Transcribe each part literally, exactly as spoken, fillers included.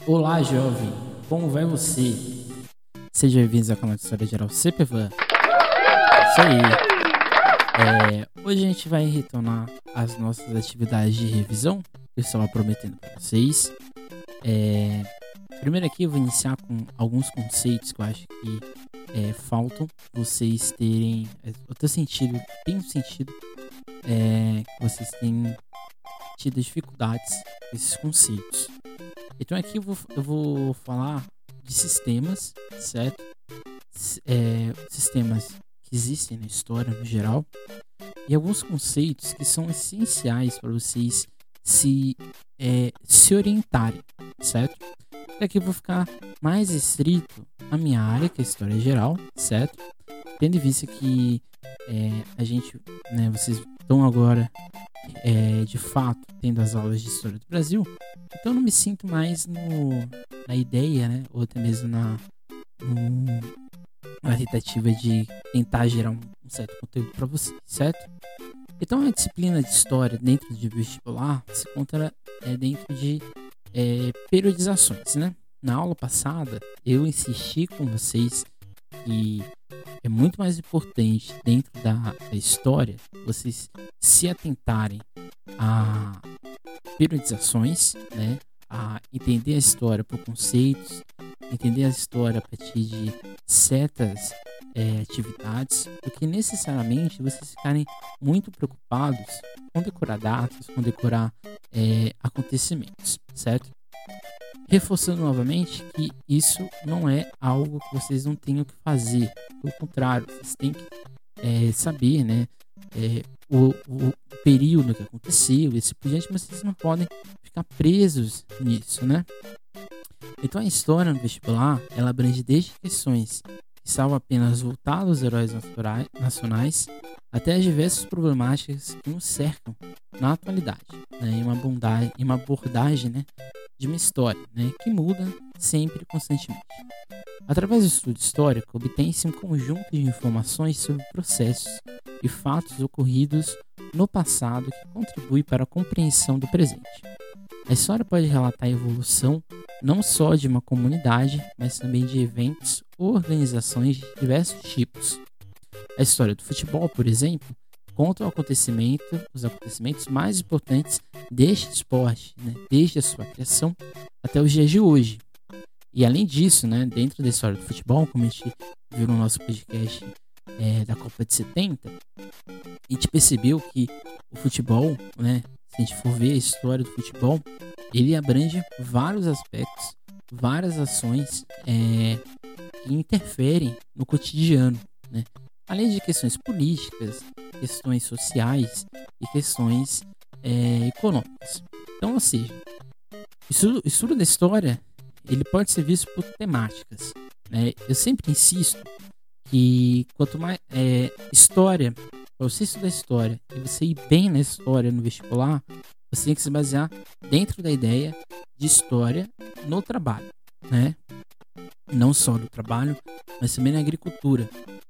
Olá, jovem, como vai você? Seja bem-vindo ao canal de História Geral C P V A. Isso aí. É, hoje a gente vai retornar às nossas atividades de revisão que eu estava prometendo para vocês. É, primeiro aqui eu vou iniciar com alguns conceitos que eu acho que é, faltam vocês terem. Eu tô sentido, tem sentido é, que vocês têm tido dificuldades com esses conceitos. Então aqui eu vou, eu vou falar de sistemas, certo? É, sistemas que existem na história no geral e alguns conceitos que são essenciais para vocês se, é, se orientarem, certo? E aqui eu vou ficar mais restrito à minha área, que é a história geral, certo? Tendo em vista que é, a gente, né, vocês estão agora é, de fato tendo as aulas de história do Brasil, então eu não me sinto mais no, na ideia, né, ou até mesmo na, no, na tentativa de tentar gerar um, um certo conteúdo para vocês, certo? Então a disciplina de história dentro de vestibular se encontra é, dentro de é, periodizações, né? Na aula passada eu insisti com vocês que é muito mais importante dentro da, da história vocês se atentarem a periodizações, né? A entender a história por conceitos, entender a história a partir de certas é, atividades, do que necessariamente vocês ficarem muito preocupados com decorar datas, com decorar é, acontecimentos, certo? Reforçando novamente que isso não é algo que vocês não tenham que fazer. Pelo contrário, vocês têm que é, saber, né, é, o, o período que aconteceu, esse por diante, mas vocês não podem ficar presos nisso, né? Então a história no vestibular, ela abrange desde questões que estavam apenas voltadas aos heróis naturais, nacionais até as diversas problemáticas que nos cercam na atualidade, né, em uma bondade, em uma abordagem, né, de uma história, né, que muda sempre constantemente. Através do estudo histórico, obtém-se um conjunto de informações sobre processos e fatos ocorridos no passado que contribui para a compreensão do presente. A história pode relatar a evolução não só de uma comunidade, mas também de eventos ou organizações de diversos tipos. A história do futebol, por exemplo, conta o acontecimento, os acontecimentos mais importantes deste esporte, né, desde a sua criação até os dias de hoje. E além disso, né, dentro da história do futebol, como a gente viu no nosso podcast é, da Copa de setenta, a gente percebeu que o futebol, né, se a gente for ver a história do futebol, ele abrange vários aspectos, várias ações é, que interferem no cotidiano, né? Além de questões políticas, questões sociais e questões é, econômicas. Então, ou seja, o estudo, o estudo da história ele pode ser visto por temáticas, né? Eu sempre insisto que quanto mais é, história, para você estudar história e você ir bem na história no vestibular, você tem que se basear dentro da ideia de história no trabalho, né? Não só no trabalho, mas também na agricultura.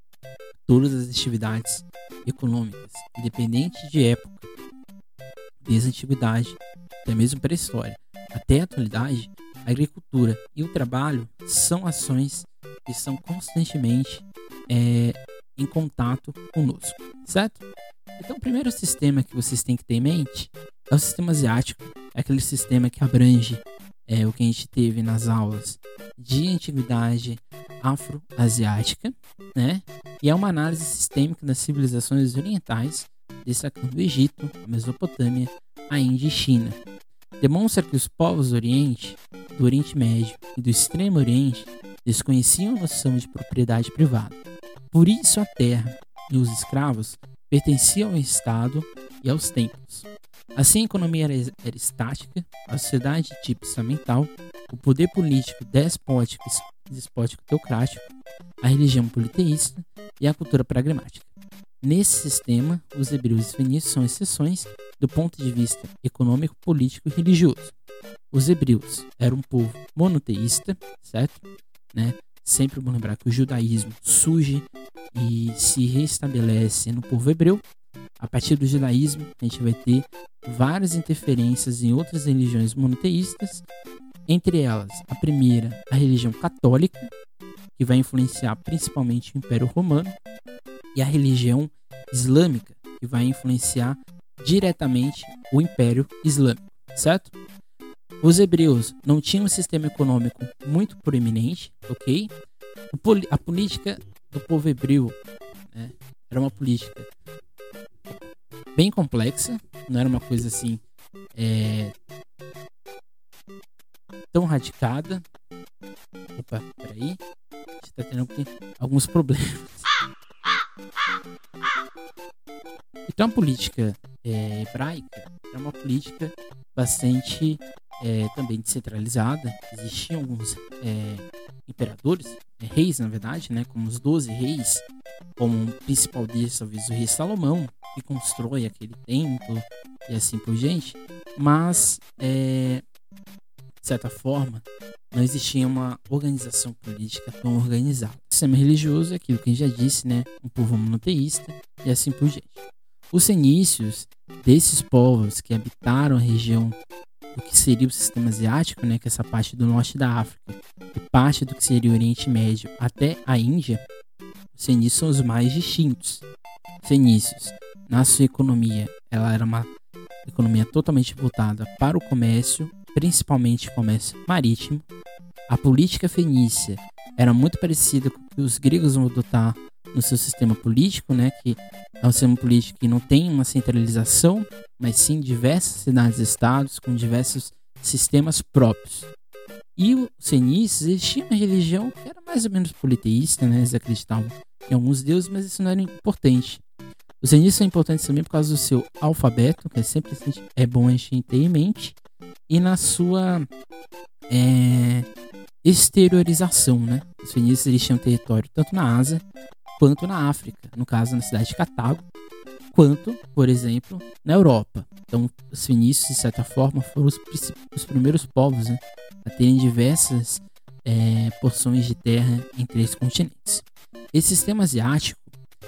Todas as atividades econômicas, independente de época, desde a antiguidade, até mesmo pré-história, até a atualidade, a agricultura e o trabalho são ações que estão constantemente é, em contato conosco, certo? Então, o primeiro sistema que vocês têm que ter em mente é o sistema asiático, é aquele sistema que abrange é, o que a gente teve nas aulas de antiguidade afro-asiática, né? E é uma análise sistêmica das civilizações orientais, destacando o Egito, a Mesopotâmia, a Índia e China. Demonstra que os povos do Oriente, do Oriente Médio e do Extremo Oriente desconheciam a noção de propriedade privada. Por isso a terra e os escravos pertenciam ao Estado e aos templos. Assim, a economia era, era estática, a sociedade de tipo estamental, o poder político despótico, despótico teocrático, a religião politeísta e a cultura pragmática. Nesse sistema, os hebreus e fenícios são exceções do ponto de vista econômico, político e religioso. Os hebreus eram um povo monoteísta, certo? Né? Sempre bom lembrar que o judaísmo surge e se restabelece no povo hebreu. A partir do judaísmo, a gente vai ter várias interferências em outras religiões monoteístas Entre elas, a primeira, a religião católica, que vai influenciar principalmente o Império Romano, e a religião islâmica, que vai influenciar diretamente o Império Islâmico, certo? Os hebreus não tinham um sistema econômico muito proeminente, ok? O poli- a política do povo hebreu, né, era uma política bem complexa, não era uma coisa assim é, tão radicada. Opa, peraí, a gente tá tendo alguns problemas. Então a política é, hebraica é uma política bastante é, também descentralizada. Existiam alguns é, imperadores, é, reis na verdade, né, como os doze reis, como o principal deles talvez o rei Salomão, que constrói aquele templo e assim por diante. Mas é, de certa forma não existia uma organização política tão organizada. O sistema religioso é aquilo que a gente já disse, né, um povo monoteísta e assim por diante. Os fenícios, desses povos que habitaram a região do que seria o sistema asiático, né, que é essa parte do norte da África e parte do que seria o Oriente Médio até a Índia, os fenícios são os mais distintos. Os fenícios, na sua economia, ela era uma economia totalmente voltada para o comércio, principalmente comércio marítimo. A política fenícia era muito parecida com o que os gregos vão adotar no seu sistema político, né, que é um sistema político que não tem uma centralização, mas sim diversas cidades-estados com diversos sistemas próprios. E os fenícios, eles tinham uma religião que era mais ou menos politeísta, né, eles acreditavam em alguns deuses, mas isso não era importante. Os fenícios são importantes também por causa do seu alfabeto, que é sempre é bom a gente ter em mente, e na sua é, exteriorização, né? Os fenícios eles tinham território tanto na Ásia quanto na África, no caso na cidade de Cartago, quanto, por exemplo, na Europa. Então, os fenícios, de certa forma, foram os, os primeiros povos, né, a terem diversas é, porções de terra em três continentes. Esse sistema asiático,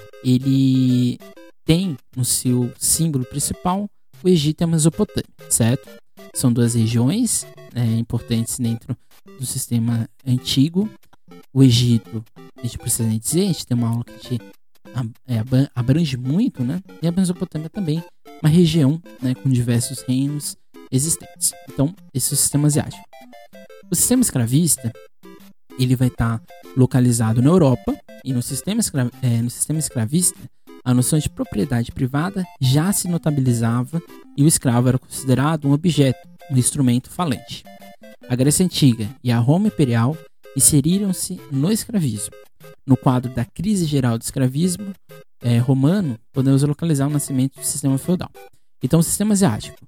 ele tem no seu símbolo principal o Egito e a Mesopotâmia, certo? São duas regiões é, importantes dentro do sistema antigo. O Egito, a gente precisa nem dizer, a gente tem uma aula que a gente é, abrange muito, né? E a Mesopotâmia também, uma região, né, com diversos reinos existentes. Então, esse é o sistema asiático. O sistema escravista, ele vai estar localizado na Europa, e no sistema, escra- é, no sistema escravista, a noção de propriedade privada já se notabilizava e o escravo era considerado um objeto, um instrumento falante. A Grécia Antiga e a Roma Imperial inseriram-se no escravismo. No quadro da crise geral do escravismo é, romano, podemos localizar o nascimento do sistema feudal. Então, o sistema asiático.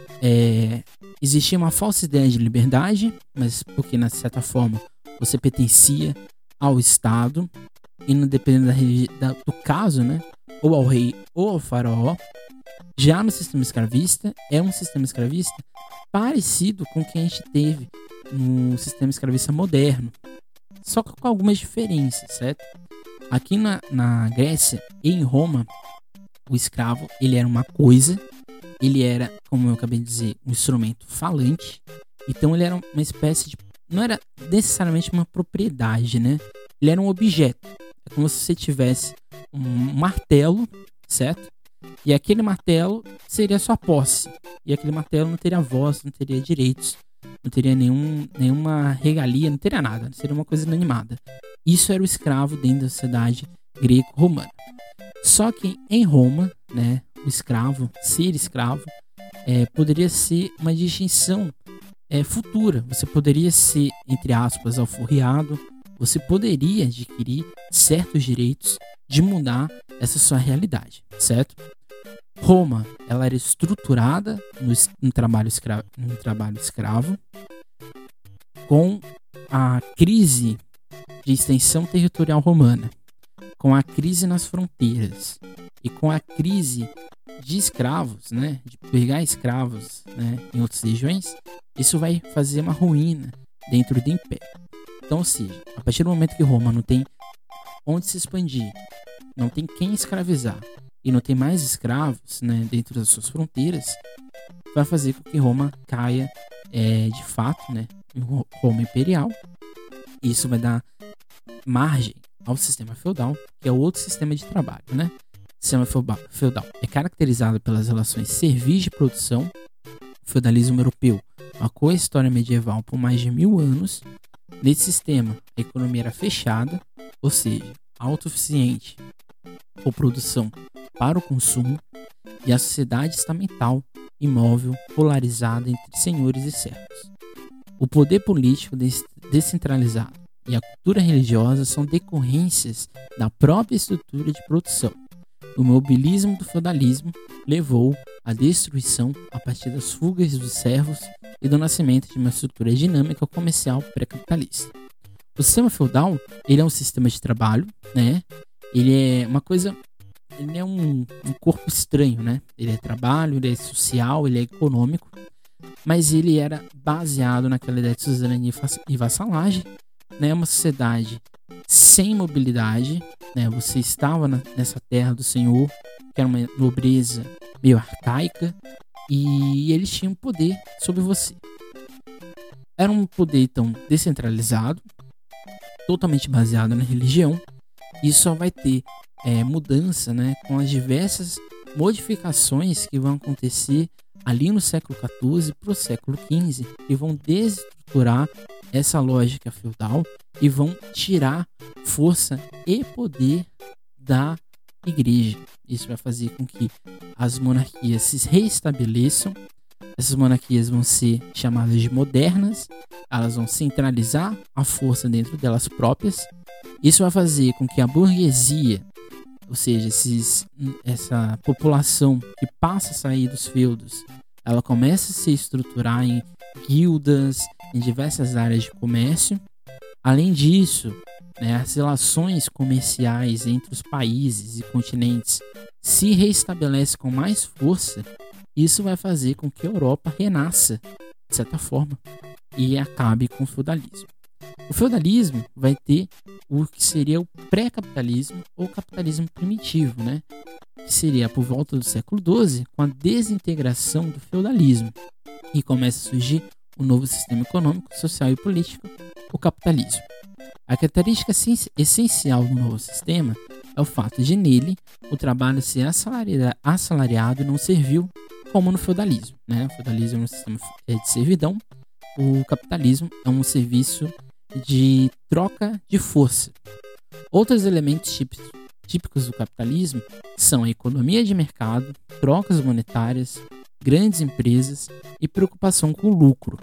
É, existia uma falsa ideia de liberdade, mas porque, de certa forma, você pertencia ao Estado, e não dependendo da, da, do caso, né, ou ao rei ou ao faraó. Já no sistema escravista, é um sistema escravista parecido com o que a gente teve no sistema escravista moderno, só que com algumas diferenças, certo? Aqui na, na Grécia e em Roma, o escravo, ele era uma coisa, ele era, como eu acabei de dizer, um instrumento falante, então ele era uma espécie de, não era necessariamente uma propriedade, né? Ele era um objeto, é como se você tivesse um martelo, certo? E aquele martelo seria a sua posse, e aquele martelo não teria voz, não teria direitos, não teria nenhum, nenhuma regalia, não teria nada, seria uma coisa inanimada. Isso era o escravo dentro da sociedade greco-romana. Só que em Roma, né, o escravo, ser escravo, é, poderia ser uma distinção é, futura. Você poderia ser, entre aspas, alforriado, você poderia adquirir certos direitos de mudar essa sua realidade, certo? Roma, ela era estruturada no, no, trabalho, escravo, no trabalho escravo, com a crise de extensão territorial romana, com a crise nas fronteiras e com a crise de escravos, né, de pegar escravos, né, em outras regiões, isso vai fazer uma ruína dentro do império. Então, ou seja, a partir do momento que Roma não tem onde se expandir, não tem quem escravizar e não tem mais escravos, né, dentro das suas fronteiras, vai fazer com que Roma caia é, de fato, né, em Roma Imperial. Isso vai dar margem ao sistema feudal, que é outro sistema de trabalho, né? O sistema feudal é caracterizado pelas relações serviço de produção. O feudalismo europeu marcou a história medieval por mais de mil anos. Nesse sistema, a economia era fechada, ou seja, autossuficiente ou produção para o consumo, e a sociedade estamental, imóvel, polarizada entre senhores e servos. O poder político descentralizado e a cultura religiosa são decorrências da própria estrutura de produção. O mobilismo do feudalismo levou à destruição a partir das fugas dos servos e do nascimento de uma estrutura dinâmica comercial pré-capitalista. O sistema feudal, ele é um sistema de trabalho, né? Ele é uma coisa, ele é um, um corpo estranho, né? Ele é trabalho, ele é social, ele é econômico, mas ele era baseado naquela ideia de suzerania e vassalagem, né? Uma sociedade sem mobilidade, né? Você estava na, nessa terra do senhor, que era uma nobreza meio arcaica, e eles tinham poder sobre você. Era um poder, então, descentralizado, totalmente baseado na religião, e só vai ter é, mudança, né, com as diversas modificações que vão acontecer ali no século quatorze para o século quinze, e vão desestruturar essa lógica feudal e vão tirar força e poder da igreja. Isso vai fazer com que as monarquias se reestabeleçam. Essas monarquias vão ser chamadas de modernas, elas vão centralizar a força dentro delas próprias. Isso vai fazer com que a burguesia, ou seja, esses, essa população que passa a sair dos feudos, ela começa a se estruturar em guildas, em diversas áreas de comércio. Além disso, né, as relações comerciais entre os países e continentes se restabelecem com mais força. Isso vai fazer com que a Europa renasça, de certa forma, e acabe com o feudalismo. O feudalismo vai ter o que seria o pré-capitalismo ou capitalismo primitivo, né? Que seria por volta do século doze, com a desintegração do feudalismo, e começa a surgir um novo sistema econômico, social e político, o capitalismo. A característica essencial do novo sistema é o fato de nele o trabalho ser assalariado e não servil, como no feudalismo, né? O feudalismo é um sistema de servidão, o capitalismo é um serviço de troca de força. Outros elementos típicos, típicos do capitalismo são a economia de mercado, trocas monetárias, grandes empresas e preocupação com o lucro.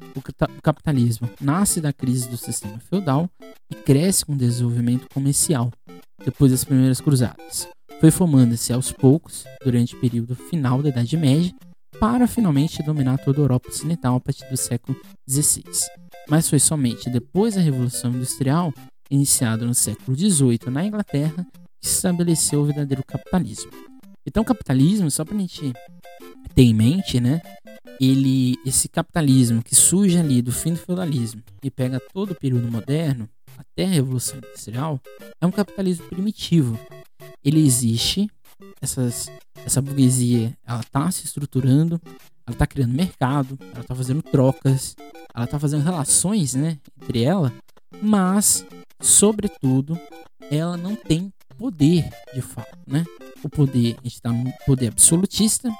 O capitalismo nasce da crise do sistema feudal e cresce com o desenvolvimento comercial depois das primeiras cruzadas. Foi formando-se aos poucos durante o período final da Idade Média para finalmente dominar toda a Europa Ocidental a partir do século dezesseis. Mas foi somente depois da Revolução Industrial, iniciada no século dezoito na Inglaterra, que se estabeleceu o verdadeiro capitalismo. Então o capitalismo, só para a gente ter em mente, né? Ele, esse capitalismo que surge ali do fim do feudalismo e pega todo o período moderno até a Revolução Industrial, é um capitalismo primitivo. Ele existe, essas, essa burguesia, ela está se estruturando, ela está criando mercado, ela está fazendo trocas, ela está fazendo relações, né, entre ela, mas, sobretudo, ela não tem poder de fato, né? O poder, a gente está num poder absolutista.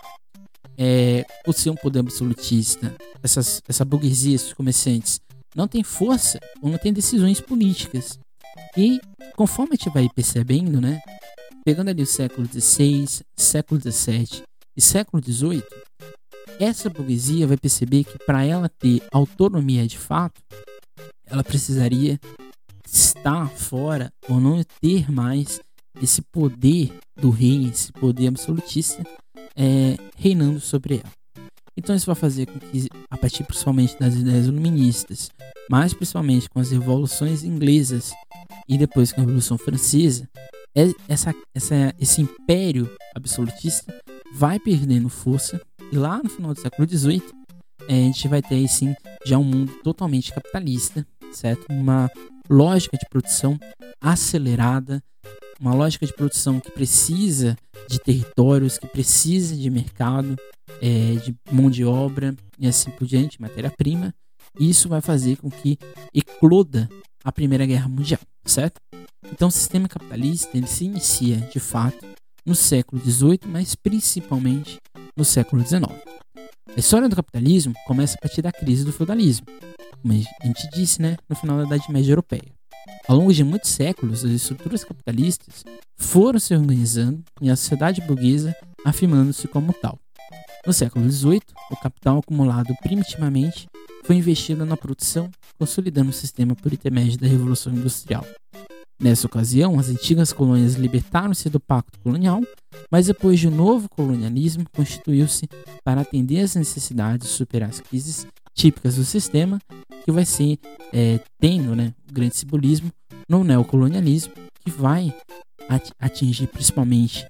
É, por ser um poder absolutista, essas, essa burguesia, esses comerciantes, não tem força ou não tem decisões políticas. E conforme a gente vai percebendo, né, pegando ali o século dezesseis, século dezessete e século dezoito, essa burguesia vai perceber que para ela ter autonomia de fato, ela precisaria estar fora ou não ter mais esse poder do rei, esse poder absolutista, É, reinando sobre ela. Então isso vai fazer com que, a partir principalmente das ideias iluministas, mas principalmente com as revoluções inglesas e depois com a Revolução Francesa, é, essa, essa, esse império absolutista vai perdendo força, e lá no final do século dezoito é, a gente vai ter aí sim já um mundo totalmente capitalista, certo? Uma lógica de produção acelerada, uma lógica de produção que precisa de territórios, que precisa de mercado, é, de mão de obra e assim por diante, matéria-prima. e isso vai fazer com que ecloda a Primeira Guerra Mundial, certo? Então o sistema capitalista ele se inicia, de fato, no século dezoito, mas principalmente no século dezenove. A história do capitalismo começa a partir da crise do feudalismo, como a gente disse, né, no final da Idade Média Europeia. Ao longo de muitos séculos, as estruturas capitalistas foram se organizando e a sociedade burguesa afirmando-se como tal. No século dezoito, o capital acumulado primitivamente foi investido na produção, consolidando o sistema por intermédio da Revolução Industrial. Nessa ocasião, as antigas colônias libertaram-se do pacto colonial, mas depois de um novo colonialismo constituiu-se para atender às necessidades e superar as crises típicas do sistema, que vai ser é, tendo, né, o grande simbolismo no neocolonialismo, que vai atingir principalmente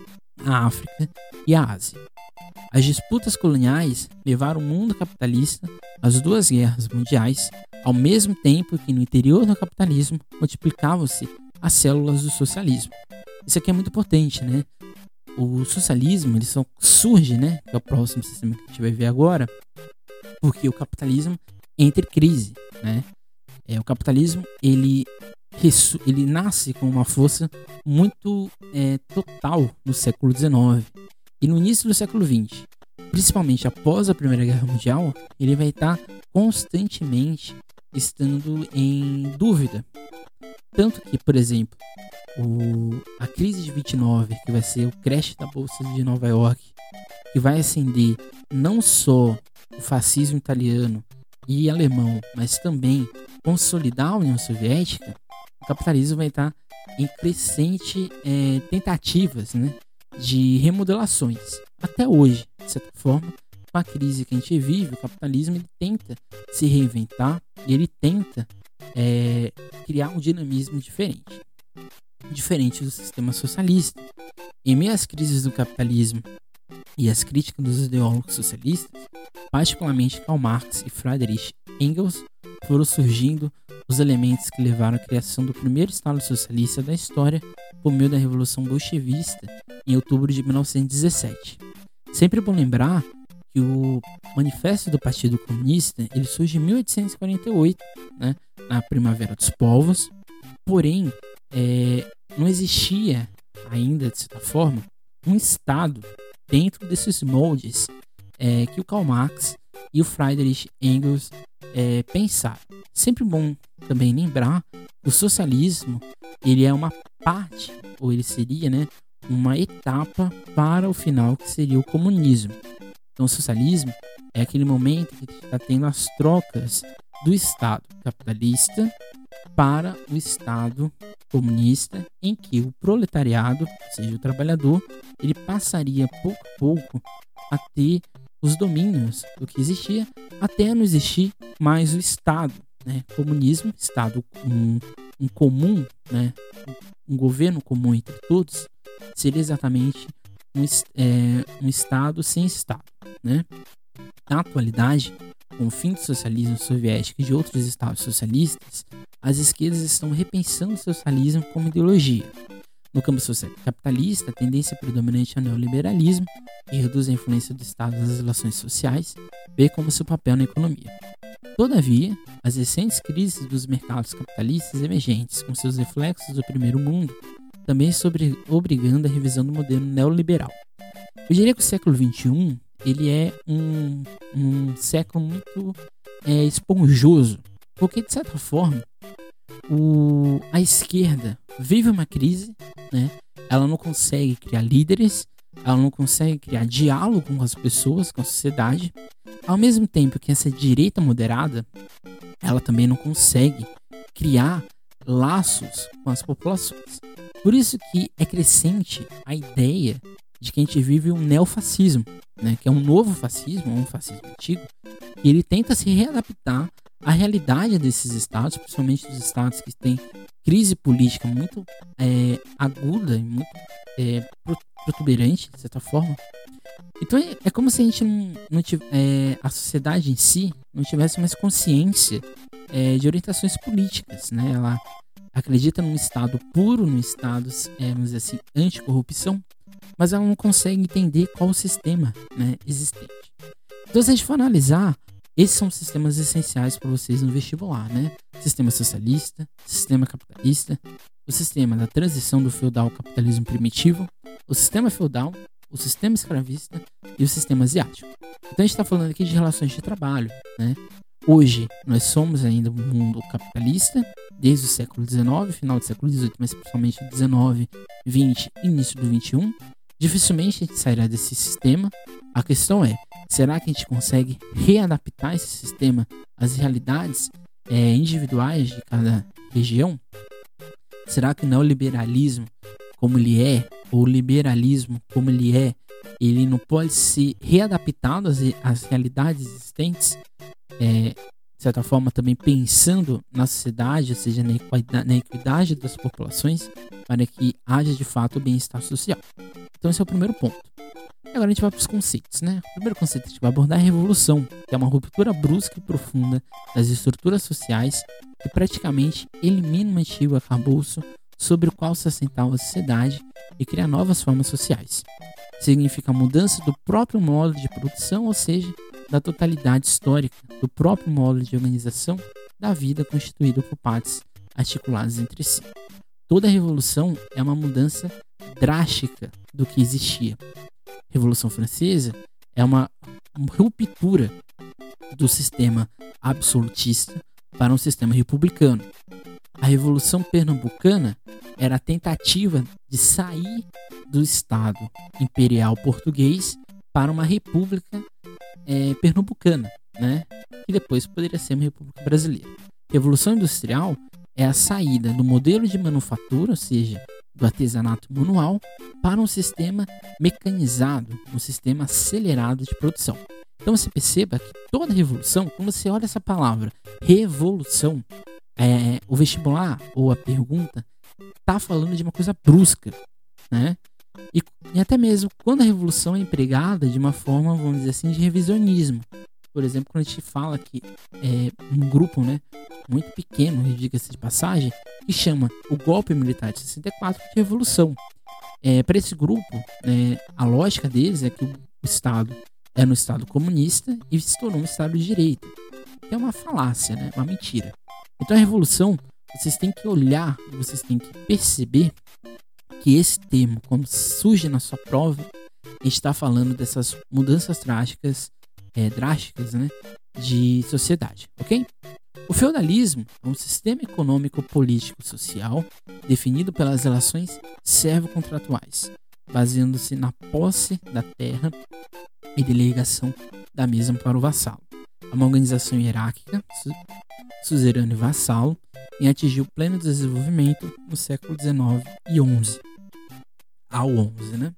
a África e a Ásia. As disputas coloniais levaram o mundo capitalista às duas guerras mundiais, ao mesmo tempo que no interior do capitalismo multiplicavam-se as células do socialismo. Isso aqui é muito importante, né? O socialismo ele só surge, né, que é o próximo sistema que a gente vai ver agora, porque o capitalismo entra em crise, né? É, o capitalismo ele, ele nasce com uma força muito é, total no século dezenove e no início do século vinte. Principalmente após a Primeira Guerra Mundial, ele vai estar constantemente estando em dúvida. Tanto que, por exemplo, o, a crise de vinte e nove, que vai ser o crash da Bolsa de Nova York, que vai acender não só o fascismo italiano e alemão, mas também consolidar a União Soviética, o capitalismo vai estar em crescente é, tentativas, né, de remodelações. Até hoje, de certa forma, com a crise que a gente vive, o capitalismo ele tenta se reinventar e ele tenta é, criar um dinamismo diferente, diferente do sistema socialista. Em meio às crises do capitalismo e às críticas dos ideólogos socialistas, particularmente Karl Marx e Friedrich Engels, foram surgindo os elementos que levaram à criação do primeiro Estado socialista da história por meio da Revolução Bolchevista em outubro de mil novecentos e dezessete. Sempre é bom lembrar que o Manifesto do Partido Comunista ele surge em mil oitocentos e quarenta e oito, né, na Primavera dos Povos, porém é, não existia ainda, de certa forma, um Estado dentro desses moldes é, que o Karl Marx e o Friedrich Engels é, pensaram. Sempre bom também lembrar que o socialismo ele é uma parte, ou ele seria, né, uma etapa para o final que seria o comunismo. Então o socialismo é aquele momento que está tendo as trocas do Estado capitalista para o Estado comunista, em que o proletariado, ou seja, o trabalhador, ele passaria pouco a pouco a ter os domínios do que existia, até não existir mais o Estado, né? Comunismo, Estado um, um comum, né? Um governo comum entre todos, seria exatamente um, é, um Estado sem Estado, né? Na atualidade, com o fim do socialismo soviético e de outros estados socialistas, as esquerdas estão repensando o socialismo como ideologia. No campo social capitalista, a tendência predominante é o neoliberalismo, que reduz a influência do Estado nas relações sociais, bem como seu papel na economia. Todavia, as recentes crises dos mercados capitalistas emergentes, com seus reflexos do primeiro mundo, também estão obrigando a revisão do modelo neoliberal. Eu diria que o século vinte e um ele é um, um século muito é, esponjoso, porque, de certa forma, o, a esquerda vive uma crise, né? Ela não consegue criar líderes, ela não consegue criar diálogo com as pessoas, com a sociedade, ao mesmo tempo que essa direita moderada, ela também não consegue criar laços com as populações. Por isso que é crescente a ideia de que a gente vive um neofascismo, né? Que é um novo fascismo, um fascismo antigo, e ele tenta se readaptar à realidade desses estados, principalmente dos estados que têm crise política muito é, aguda e muito é, protuberante, de certa forma. Então é, é como se a gente não, não tivesse, é, a sociedade em si não tivesse mais consciência é, de orientações políticas, né? Ela acredita num estado puro, num estado, é, vamos dizer assim, anticorrupção, mas ela não consegue entender qual o sistema, né, existente. Então, se a gente for analisar Esses são sistemas essenciais para vocês no vestibular, né? Sistema socialista, sistema capitalista, o sistema da transição do feudal ao capitalismo primitivo, o sistema feudal, o sistema escravista e o sistema asiático. Então a gente está falando aqui de relações de trabalho, né? Hoje nós somos ainda um mundo capitalista, desde o século dezenove, final do século dezoito, mas principalmente dezenove, vinte, início do vinte e um. Dificilmente a gente sairá desse sistema. A questão é, será que a gente consegue readaptar esse sistema às realidades é, individuais de cada região? Será que o neoliberalismo, como ele é, ou o liberalismo, como ele é, ele não pode ser readaptado às, às realidades existentes? É, de certa forma, também pensando na sociedade, ou seja, na equidade, na equidade das populações, para que haja de fato o bem-estar social. Então esse é o primeiro ponto. Agora a gente vai para os conceitos, né? O primeiro conceito que a gente vai abordar é a revolução, que é uma ruptura brusca e profunda das estruturas sociais que praticamente elimina o antigo arcabouço sobre o qual se assentava a sociedade e cria novas formas sociais. Significa a mudança do próprio modo de produção, ou seja, da totalidade histórica, do próprio modo de organização da vida constituído por partes articuladas entre si. Toda revolução é uma mudança drástica do que existia. Revolução Francesa é uma ruptura do sistema absolutista para um sistema republicano. A Revolução Pernambucana era a tentativa de sair do Estado Imperial Português para uma república é, pernambucana, né? Que depois poderia ser uma república brasileira. Revolução Industrial é a saída do modelo de manufatura, ou seja, do artesanato manual, para um sistema mecanizado, um sistema acelerado de produção. Então você perceba que toda revolução, quando você olha essa palavra revolução, é, o vestibular ou a pergunta está falando de uma coisa brusca, né? E, e até mesmo quando a revolução é empregada de uma forma, vamos dizer assim, de revisionismo. Por exemplo, quando a gente fala que é um grupo, né, muito pequeno, diga-se de passagem, que chama o golpe militar de sessenta e quatro de revolução. É, para esse grupo, é, a lógica deles é que o Estado era um Estado comunista e se tornou um Estado de direita. Que é uma falácia, né, uma mentira. Então a revolução, vocês têm que olhar, vocês têm que perceber que esse termo, quando surge na sua prova, a gente está falando dessas mudanças drásticas, é, drásticas, né, de sociedade, ok? O feudalismo é um sistema econômico, político, social definido pelas relações servo-contratuais, baseando-se na posse da terra e delegação da mesma para o vassalo. É uma organização hierárquica, su suzerano e vassalo, e atingiu pleno desenvolvimento no século dezenove e onze ao onze, né?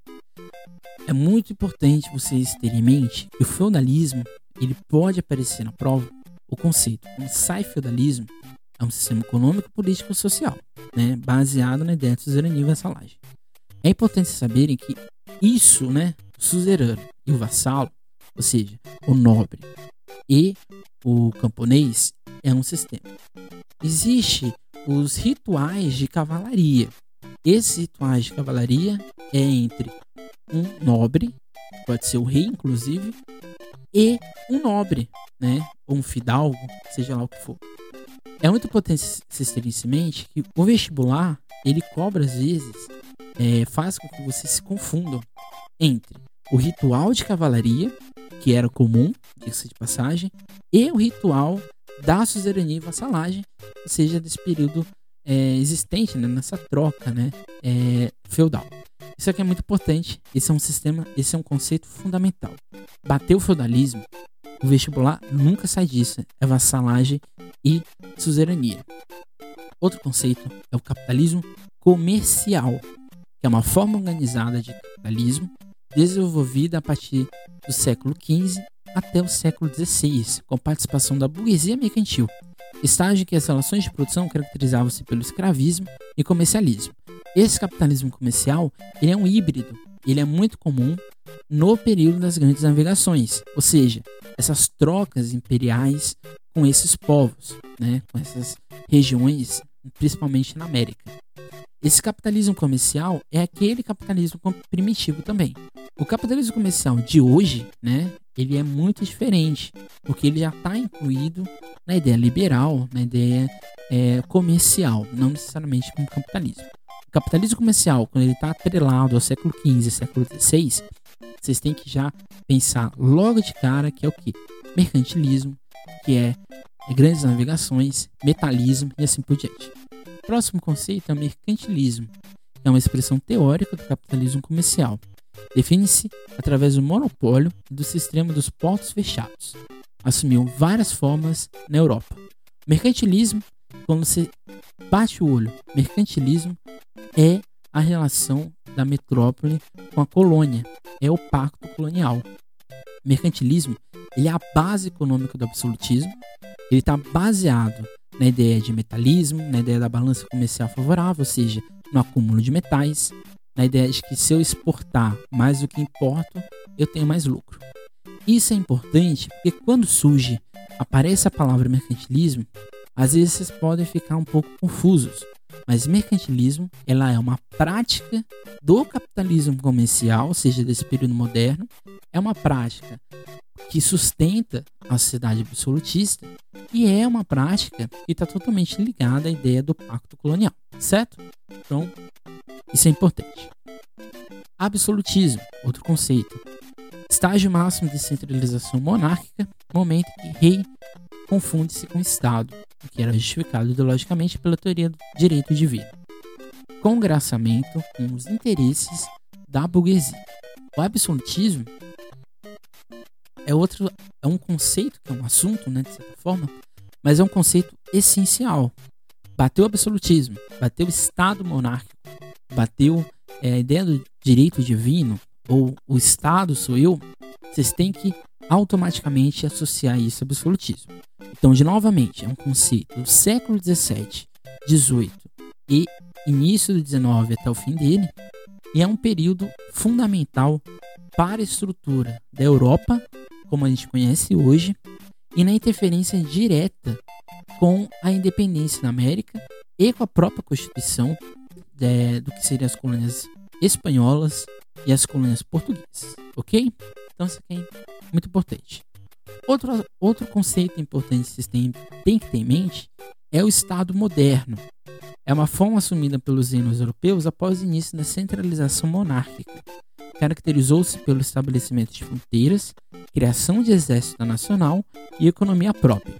É muito importante vocês terem em mente que o feudalismo, ele pode aparecer na prova, o conceito, como sai feudalismo, é um sistema econômico, político e social, né, baseado na ideia de suzerania e vassalagem. É importante saberem que isso, né, o suzerano e o vassalo, ou seja, o nobre e o camponês, é um sistema. Existem os rituais de cavalaria. Esses rituais de cavalaria é entre um nobre, pode ser o rei inclusive, e um nobre, né, ou um fidalgo, seja lá o que for. É muito importante vocês terem isso em mente que o vestibular, ele cobra às vezes, é, faz com que vocês se confundam entre o ritual de cavalaria, que era comum, diga-se de passagem, e o ritual da suzerania e vassalagem, ou seja, desse período é, existente, né, nessa troca, né, é, feudal. Isso aqui é muito importante, esse é um sistema, esse é um conceito fundamental. Bater o feudalismo, o vestibular nunca sai disso, é vassalagem e suzerania. Outro conceito é o capitalismo comercial, que é uma forma organizada de capitalismo desenvolvida a partir do século quinze até o século dezesseis, com participação da burguesia mercantil, estágio em que as relações de produção caracterizavam-se pelo escravismo e comercialismo. Esse capitalismo comercial, ele é um híbrido, ele é muito comum no período das grandes navegações, ou seja, essas trocas imperiais com esses povos, né, com essas regiões, principalmente na América. Esse capitalismo comercial é aquele capitalismo primitivo também. O capitalismo comercial de hoje, né, ele é muito diferente, porque ele já está incluído na ideia liberal, na ideia é, comercial, não necessariamente com o capitalismo. O capitalismo comercial, quando ele está atrelado ao século quinze, século dezesseis, vocês têm que já pensar logo de cara que é o quê? Mercantilismo, que é, é grandes navegações, metalismo e assim por diante. O próximo conceito é o mercantilismo, que é uma expressão teórica do capitalismo comercial. Define-se através do monopólio e do sistema dos portos fechados. Assumiu várias formas na Europa. Mercantilismo, quando você bate o olho, mercantilismo é a relação da metrópole com a colônia, é o pacto colonial. Mercantilismo, ele é a base econômica do absolutismo, ele está baseado na ideia de metalismo, na ideia da balança comercial favorável, ou seja, no acúmulo de metais, na ideia de que se eu exportar mais do que importo, eu tenho mais lucro. Isso é importante porque quando surge, aparece a palavra mercantilismo, às vezes vocês podem ficar um pouco confusos, mas mercantilismo ela é uma prática do capitalismo comercial, ou seja, desse período moderno, é uma prática que sustenta a sociedade absolutista e é uma prática que está totalmente ligada à ideia do pacto colonial, certo? Então, isso é importante. Absolutismo, outro conceito. Estágio máximo de centralização monárquica, momento em que rei confunde-se com Estado, o que era justificado ideologicamente pela teoria do direito divino. Congraçamento com os interesses da burguesia. O absolutismo é, outro, é um conceito, que é um assunto, né, de certa forma, mas é um conceito essencial. Bateu o absolutismo, bateu o Estado monárquico, bateu é, a ideia do direito divino, ou o Estado sou eu, vocês têm que automaticamente associar isso ao absolutismo. Então, de novamente, é um conceito do século dezessete, dezoito e início do dezenove até o fim dele, e é um período fundamental para a estrutura da Europa, como a gente conhece hoje, e na interferência direta com a independência da América e com a própria Constituição é, do que seriam as colônias espanholas e as colônias portuguesas, ok? Então isso aqui é muito importante. Outro, outro conceito importante que vocês têm, têm que ter em mente é o Estado moderno. É uma forma assumida pelos reinos europeus após o início da centralização monárquica. Caracterizou-se pelo estabelecimento de fronteiras, criação de exército nacional e economia própria.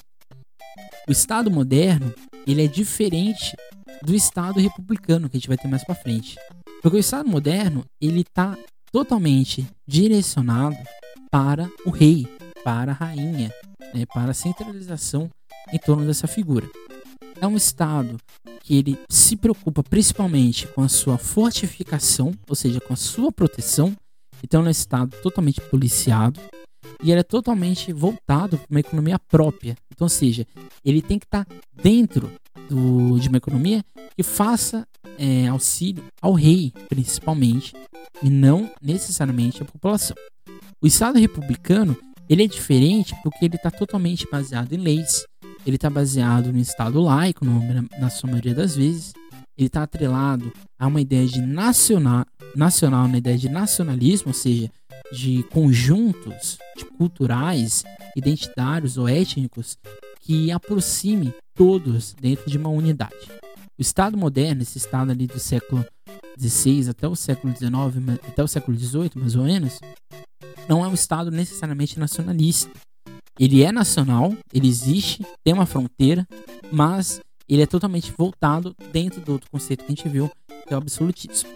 O Estado moderno ele é diferente do Estado republicano, que a gente vai ter mais para frente. Porque o Estado moderno ele está totalmente direcionado para o rei, para a rainha, né, para a centralização em torno dessa figura. É um Estado que ele se preocupa principalmente com a sua fortificação, ou seja, com a sua proteção. Então é um Estado totalmente policiado e ele é totalmente voltado para uma economia própria. Então, ou seja, ele tem que estar dentro do, de uma economia que faça é, auxílio ao rei, principalmente, e não necessariamente à população. O Estado republicano ele é diferente porque ele está totalmente baseado em leis, ele está baseado no Estado laico, no, na sua maioria das vezes, ele está atrelado a uma ideia de nacional, nacional, uma ideia de nacionalismo, ou seja, de conjuntos de culturais, identitários ou étnicos que aproxime todos dentro de uma unidade. O Estado moderno, esse Estado ali do século dezesseis até o século dezenove, até o século dezoito, mais ou menos, não é um Estado necessariamente nacionalista. Ele é nacional, ele existe, tem uma fronteira, mas ele é totalmente voltado dentro do outro conceito que a gente viu, que é o absolutismo.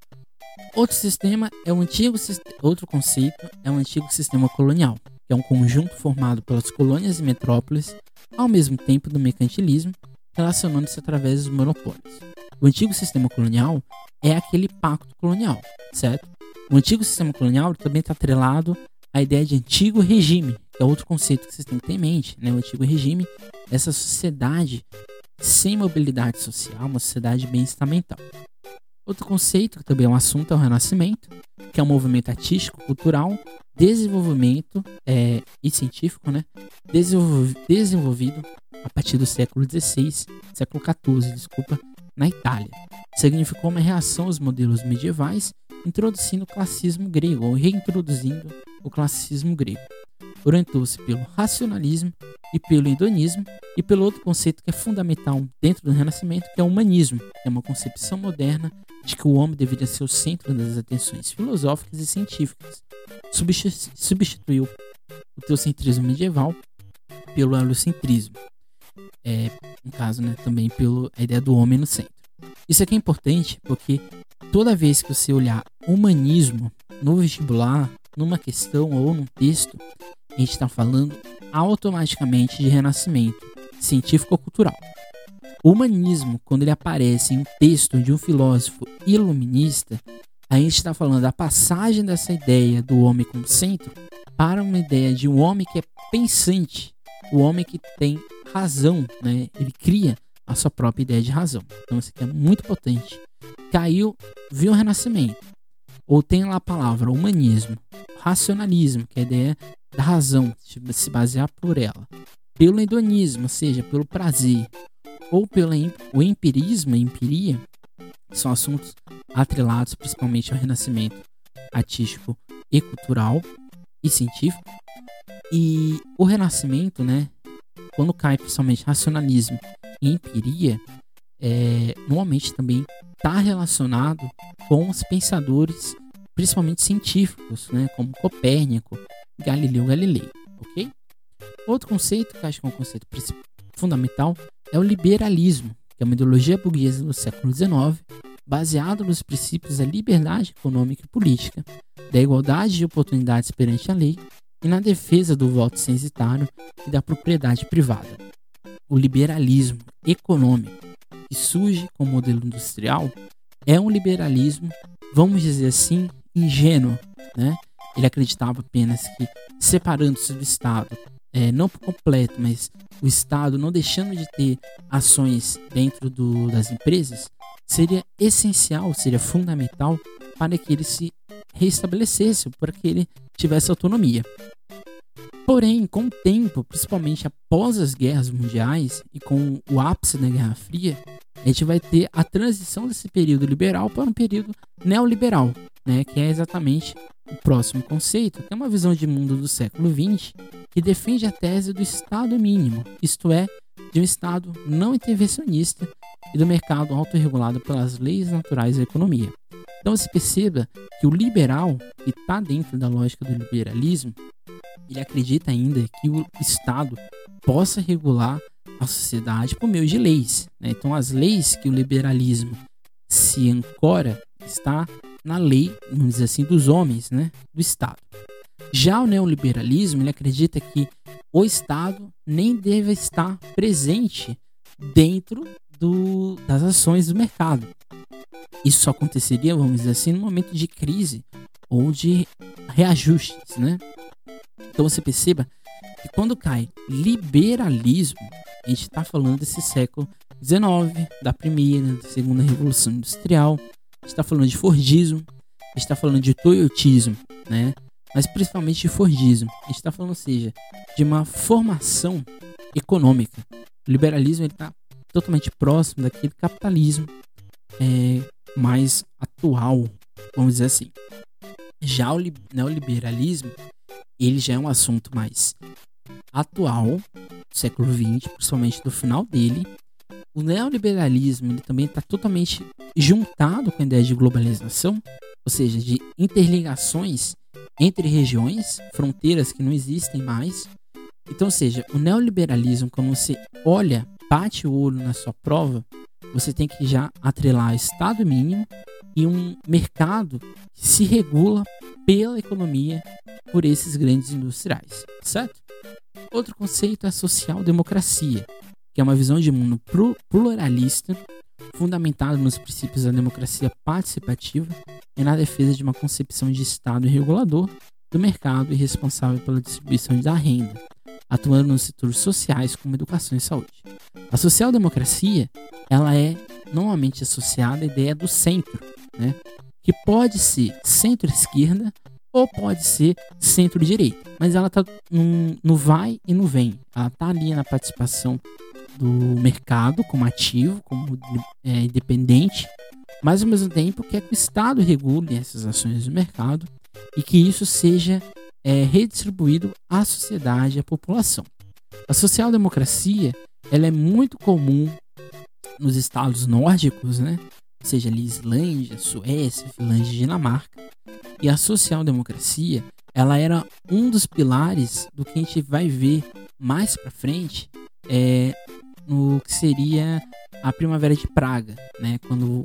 Outro sistema é o antigo outro conceito é o antigo sistema colonial, que é um conjunto formado pelas colônias e metrópoles, ao mesmo tempo do mercantilismo, relacionando-se através dos monopólios. O antigo sistema colonial é aquele pacto colonial, certo? O antigo sistema colonial também está atrelado à ideia de antigo regime, que é outro conceito que vocês têm que ter em mente, né? O antigo regime, essa sociedade sem mobilidade social, uma sociedade bem estamental. Outro conceito, que também é um assunto, é o Renascimento, que é um movimento artístico, cultural, desenvolvimento é, e científico, né? Desenvolv- desenvolvido a partir do século dezesseis, século quatorze, desculpa, na Itália. Significou uma reação aos modelos medievais, introduzindo o classicismo grego, ou reintroduzindo o classicismo grego. Orientou-se pelo racionalismo e pelo hedonismo e pelo outro conceito que é fundamental dentro do Renascimento, que é o humanismo, que é uma concepção moderna de que o homem deveria ser o centro das atenções filosóficas e científicas. Substituiu o teocentrismo medieval pelo heliocentrismo. É, no caso, né, também pela ideia do homem no centro. Isso aqui é importante porque toda vez que você olhar humanismo no vestibular, numa questão ou num texto, a gente está falando automaticamente de renascimento científico-cultural. O humanismo, quando ele aparece em um texto de um filósofo iluminista, a gente está falando da passagem dessa ideia do homem como centro para uma ideia de um homem que é pensante, o homem que tem razão, né? Ele cria a sua própria ideia de razão. Então isso aqui é muito potente. Caiu, viu o renascimento. Ou tem lá a palavra humanismo, racionalismo, que é a ideia da razão, de se basear por ela. Pelo hedonismo, ou seja, pelo prazer. Ou pelo o empirismo, a empiria, são assuntos atrelados principalmente ao renascimento artístico e cultural e científico. E o renascimento, né, quando cai principalmente racionalismo e empiria, é, normalmente também está relacionado com os pensadores, principalmente científicos, né, como Copérnico, Galileu Galilei, ok? Outro conceito, que acho que é um conceito fundamental, é o liberalismo, que é uma ideologia burguesa do século dezenove, baseado nos princípios da liberdade econômica e política, da igualdade de oportunidades perante a lei e na defesa do voto censitário e da propriedade privada. O liberalismo econômico, que surge com o modelo industrial, é um liberalismo, vamos dizer assim, ingênuo, né? Ele acreditava apenas que, separando-se do Estado, é, não por completo, mas o Estado não deixando de ter ações dentro do, das empresas, seria essencial, seria fundamental para que ele se restabelecesse, para que ele tivesse autonomia. Porém, com o tempo, principalmente após as guerras mundiais e com o ápice da Guerra Fria, a gente vai ter a transição desse período liberal para um período neoliberal, né, que é exatamente o próximo conceito, que é uma visão de mundo do século vinte, que defende a tese do Estado mínimo, isto é, de um Estado não intervencionista e do mercado autorregulado pelas leis naturais da economia. Então você perceba que o liberal, que está dentro da lógica do liberalismo, ele acredita ainda que o Estado possa regular a sociedade por meio de leis, né? Então as leis que o liberalismo se ancora está na lei, vamos dizer assim, dos homens, né? Do Estado. Já o neoliberalismo, ele acredita que o Estado nem deve estar presente dentro do, das ações do mercado. Isso só aconteceria, vamos dizer assim, no momento de crise ou de reajustes, né? Então você perceba que quando cai liberalismo, a gente está falando desse século dezenove, da primeira, da segunda revolução industrial, a gente está falando de Fordismo, a gente está falando de Toyotismo, né? Mas principalmente de Fordismo. A gente está falando, ou seja, de uma formação econômica. O liberalismo está totalmente próximo daquele capitalismo é, mais atual, vamos dizer assim. Já o neoliberalismo, ele já é um assunto mais atual, do século vinte, principalmente do final dele. O neoliberalismo ele também está totalmente juntado com a ideia de globalização, ou seja, de interligações entre regiões, fronteiras que não existem mais. Então, ou seja, o neoliberalismo, quando você olha, bate o olho na sua prova, você tem que já atrelar Estado mínimo e um mercado que se regula pela economia por esses grandes industriais, certo? Outro conceito é a social-democracia, que é uma visão de mundo pluralista, fundamentada nos princípios da democracia participativa e na defesa de uma concepção de Estado regulador do mercado e responsável pela distribuição da renda, atuando nos setores sociais como educação e saúde. A social-democracia, ela é normalmente associada à ideia do centro, né? Que pode ser centro-esquerda ou pode ser centro-direita, mas ela está no, no vai e no vem. Ela está ali na participação do mercado como ativo, como é, independente, mas ao mesmo tempo quer que o Estado regule essas ações do mercado e que isso seja é, redistribuído à sociedade e à população. A social-democracia ela é muito comum nos estados nórdicos, né? Seja ali Islândia, Suécia, Finlândia e Dinamarca. E a social-democracia ela era um dos pilares do que a gente vai ver mais para frente é, no que seria a Primavera de Praga, né? Quando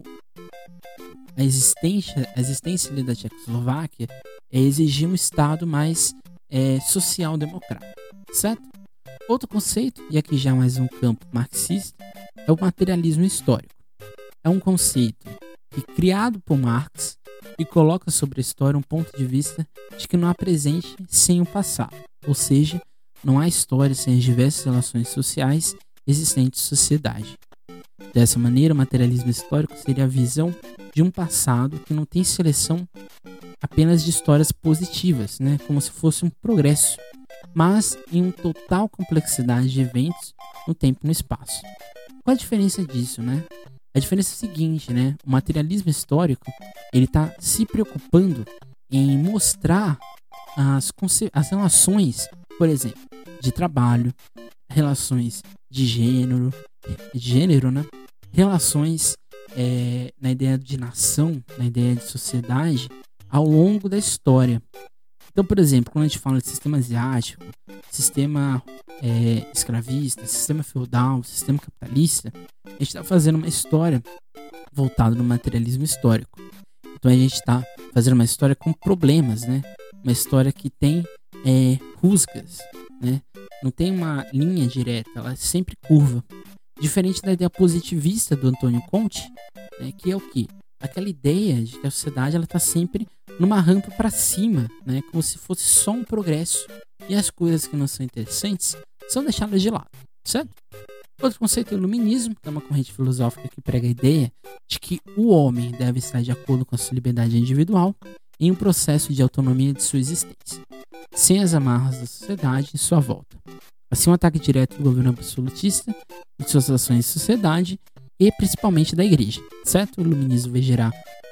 a existência, a existência ali da Tchecoslováquia é exigir um Estado mais é, social-democrata, certo? Outro conceito, e aqui já mais um campo marxista, é o materialismo histórico. É um conceito que, criado por Marx, e coloca sobre a história um ponto de vista de que não há presente sem o passado, ou seja, não há história sem as diversas relações sociais existentes em sociedade. Dessa maneira, o materialismo histórico seria a visão de um passado que não tem seleção apenas de histórias positivas, né, como se fosse um progresso, mas em uma total complexidade de eventos no tempo e no espaço. Qual a diferença disso, né? A diferença é a seguinte, né? O materialismo histórico ele está se preocupando em mostrar as, as relações, por exemplo, de trabalho, relações de gênero, de gênero, né? Relações é, na ideia de nação, na ideia de sociedade, ao longo da história. Então, por exemplo, quando a gente fala de sistema asiático, sistema é, escravista, sistema feudal, sistema capitalista, a gente está fazendo uma história voltada no materialismo histórico. Então, a gente está fazendo uma história com problemas, né? Uma história que tem é, rusgas, né? Não tem uma linha direta, ela é sempre curva. Diferente da ideia positivista do Antônio Conte, né, que é o quê? Aquela ideia de que a sociedade está sempre numa rampa para cima, né, como se fosse só um progresso e as coisas que não são interessantes são deixadas de lado, certo? Outro conceito é o iluminismo, que é uma corrente filosófica que prega a ideia de que o homem deve estar de acordo com a sua liberdade individual em um processo de autonomia de sua existência, sem as amarras da sociedade em sua volta. Assim, um ataque direto do governo absolutista, de suas ações de sociedade e principalmente da igreja, certo? O iluminismo vai gerar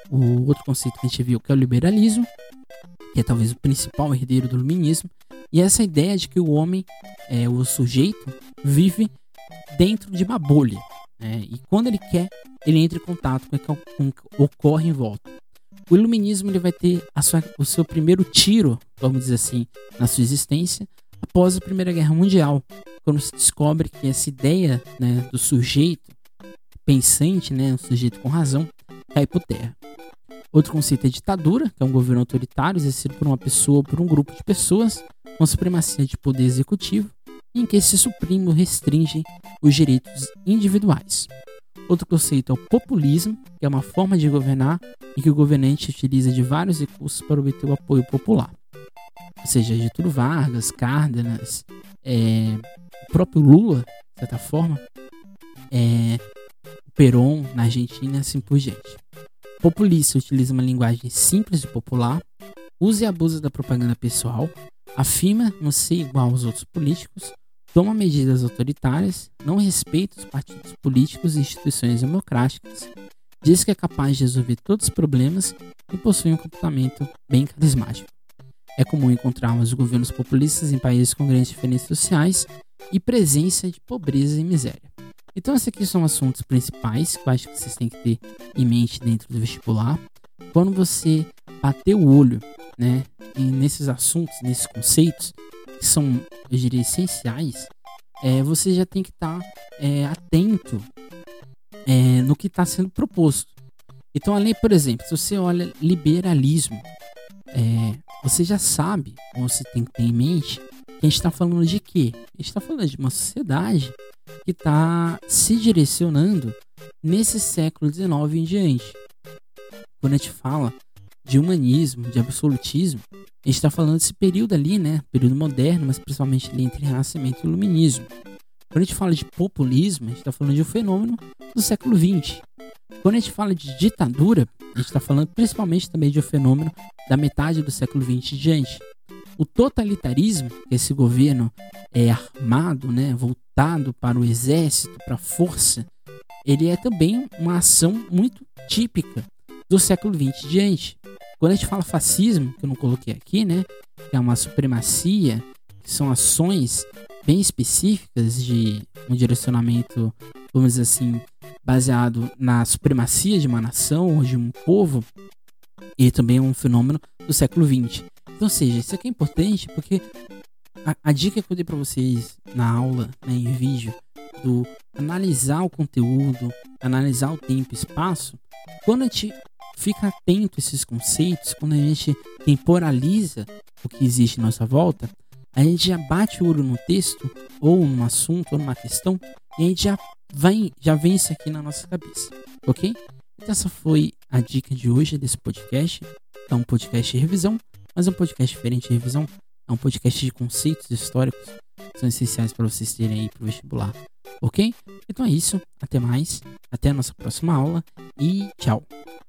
o outro conceito que a gente viu, que é o liberalismo, que é talvez o principal herdeiro do iluminismo, e essa ideia de que o homem, é, o sujeito, vive dentro de uma bolha, né? E quando ele quer, ele entra em contato com o que ocorre em volta. O iluminismo ele vai ter a sua, o seu primeiro tiro, vamos dizer assim, na sua existência, após a Primeira Guerra Mundial, quando se descobre que essa ideia, né, do sujeito pensante, né, um sujeito com razão, cai por terra. Outro conceito é ditadura, que é um governo autoritário exercido por uma pessoa ou por um grupo de pessoas com supremacia de poder executivo, em que se suprime ou restringe os direitos individuais. Outro conceito é o populismo, que é uma forma de governar em que o governante utiliza de vários recursos para obter o apoio popular. Ou seja, Getúlio Vargas, Cárdenas, é, o próprio Lula, de certa forma, é, o Perón na Argentina e assim por diante. O populista utiliza uma linguagem simples e popular, usa e abusa da propaganda pessoal, afirma não ser igual aos outros políticos, toma medidas autoritárias, não respeita os partidos políticos e instituições democráticas, diz que é capaz de resolver todos os problemas e possui um comportamento bem carismático. É comum encontrarmos governos populistas em países com grandes diferenças sociais e presença de pobreza e miséria. Então, esses aqui são assuntos principais que eu acho que vocês têm que ter em mente dentro do vestibular. Quando você bater o olho, né, nesses assuntos, nesses conceitos, que são, eu diria, essenciais, é, você já tem que estar tá, é, atento é, no que está sendo proposto. Então, além, por exemplo, se você olha liberalismo, é, você já sabe, ou você tem que ter em mente, que a gente está falando de quê? A gente está falando de uma sociedade que está se direcionando nesse século dezenove em diante. Quando a gente fala de humanismo, de absolutismo, a gente está falando desse período ali, né? Período moderno, mas principalmente ali entre Renascimento e Iluminismo. Quando a gente fala de populismo, a gente está falando de um fenômeno do século vinte. Quando a gente fala de ditadura, a gente está falando principalmente também de um fenômeno da metade do século vinte em diante. O totalitarismo, que é esse governo é armado, né, voltado para o exército, para a força, ele é também uma ação muito típica do século vinte em diante. Quando a gente fala fascismo, que eu não coloquei aqui, né? Que é uma supremacia, que são ações bem específicas de um direcionamento, vamos dizer assim, baseado na supremacia de uma nação ou de um povo, e também é um fenômeno do século vinte. Então, ou seja, isso aqui é importante porque a, a dica que eu dei para vocês na aula, né, em vídeo, do analisar o conteúdo, analisar o tempo e espaço, quando a gente fica atento a esses conceitos, quando a gente temporaliza o que existe à nossa volta, a gente já bate o olho no texto, ou num assunto, ou numa questão, e a gente já, vai, já vem isso aqui na nossa cabeça, ok? Então essa foi a dica de hoje desse podcast. É um podcast de revisão, mas é um podcast diferente de revisão. É um podcast de conceitos históricos que são essenciais para vocês terem aí para o vestibular, ok? Então é isso, até mais, até a nossa próxima aula e tchau!